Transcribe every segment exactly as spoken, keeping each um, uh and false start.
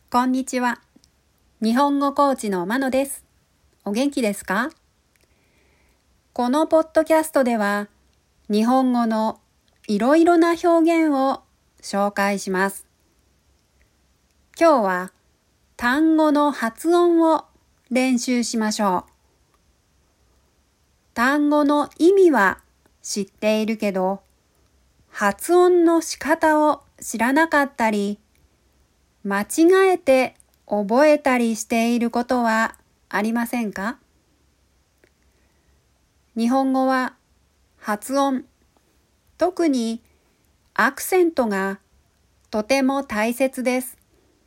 こんにちは。日本語コーチのまのです。お元気ですか？このポッドキャストでは、日本語のいろいろな表現を紹介します。今日は単語の発音を練習しましょう。単語の意味は知っているけど、発音の仕方を知らなかったり、間違えて覚えたりしていることはありませんか？日本語は発音、特にアクセントがとても大切です。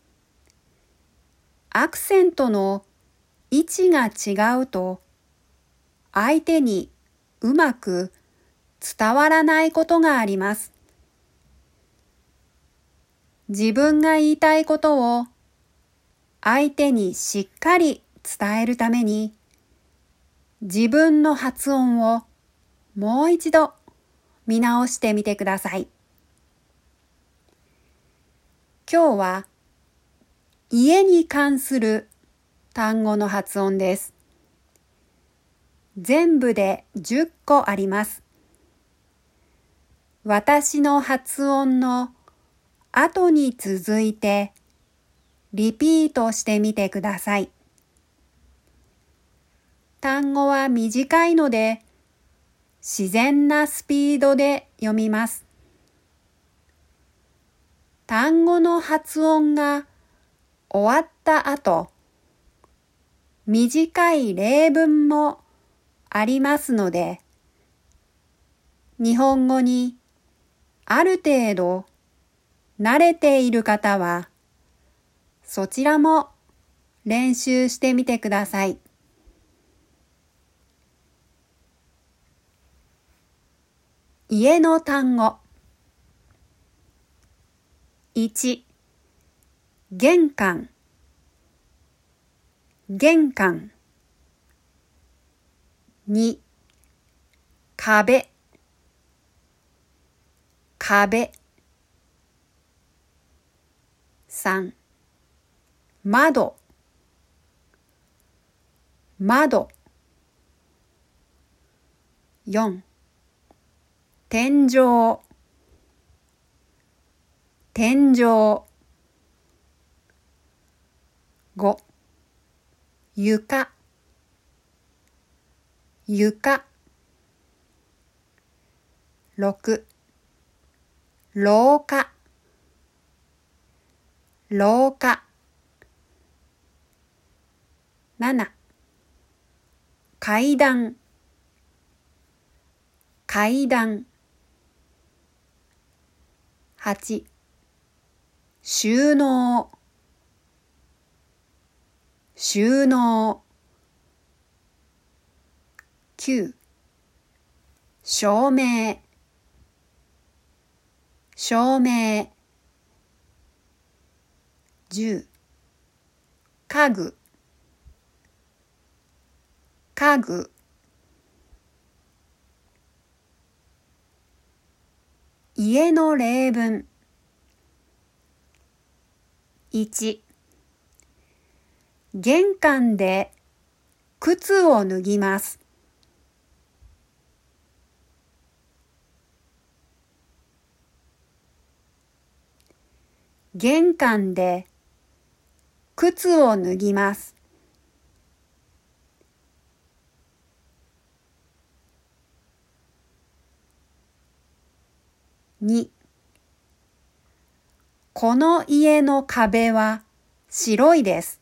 アクセントの位置が違うと、相手にうまく伝わらないことがあります。自分が言いたいことを相手にしっかり伝えるために、自分の発音をもう一度見直してみてください。今日は家に関する単語の発音です。全部でじゅっこあります。私の発音の後に続いてリピートしてみてください。単語は短いので自然なスピードで読みます。単語の発音が終わった後、短い例文もありますので、日本語にある程度慣れている方は、そちらも練習してみてください。家の単語。いち、玄関、玄関。に、壁、壁。さん、窓、窓。よん、天井、天井。ご、床、床。ろく、廊下、廊下。なな、階段、階段。はち、収納、収納。きゅう、照明、照明。じゅう、家具、家具。家の例文。いち、玄関で靴を脱ぎます。玄関で靴を脱ぎます。に、この家の壁は白いです。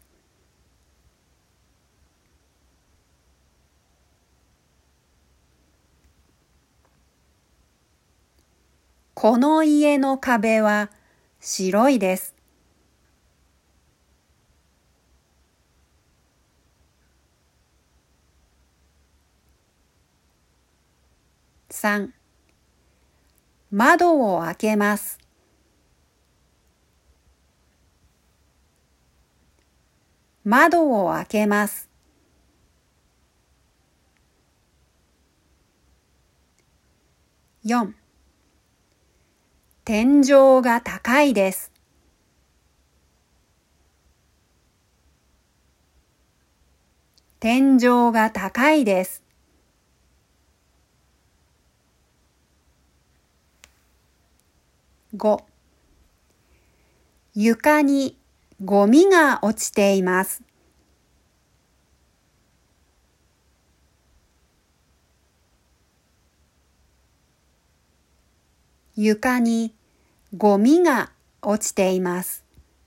この家の壁は白いです。さん、窓を開けます。窓を開けます。よん、天井が高いです。 天井が高いです。ご、床にゴミが落ちています。床にゴミが落ちています。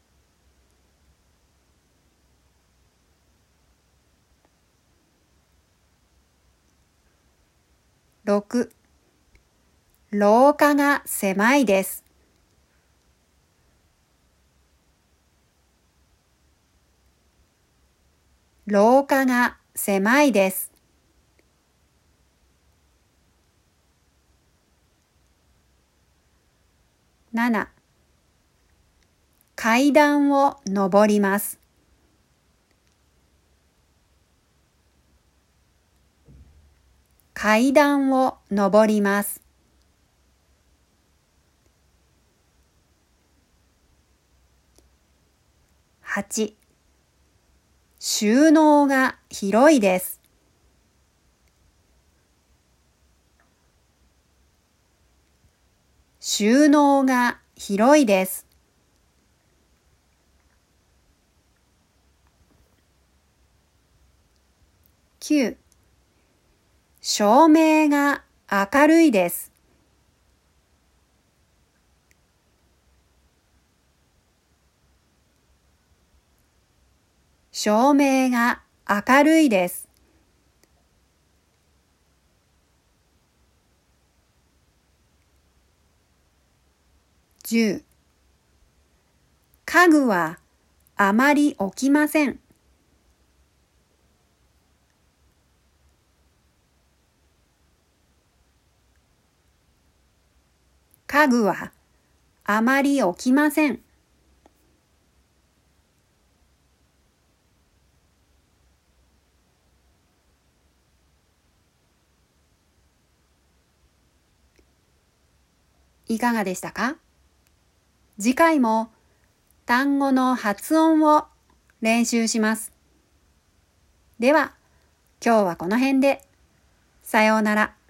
ろく、廊下が狭いです。廊下が狭いです。なな、階段を上ります。階段を上ります。はち、収納が広いです。収納が広いです。きゅう、照明が明るいです。照明が明るいです。じゅう、家具はあまり置きません。家具はあまり置きません。いかがでしたか？次回も単語の発音を練習します。では、今日はこの辺で。さようなら。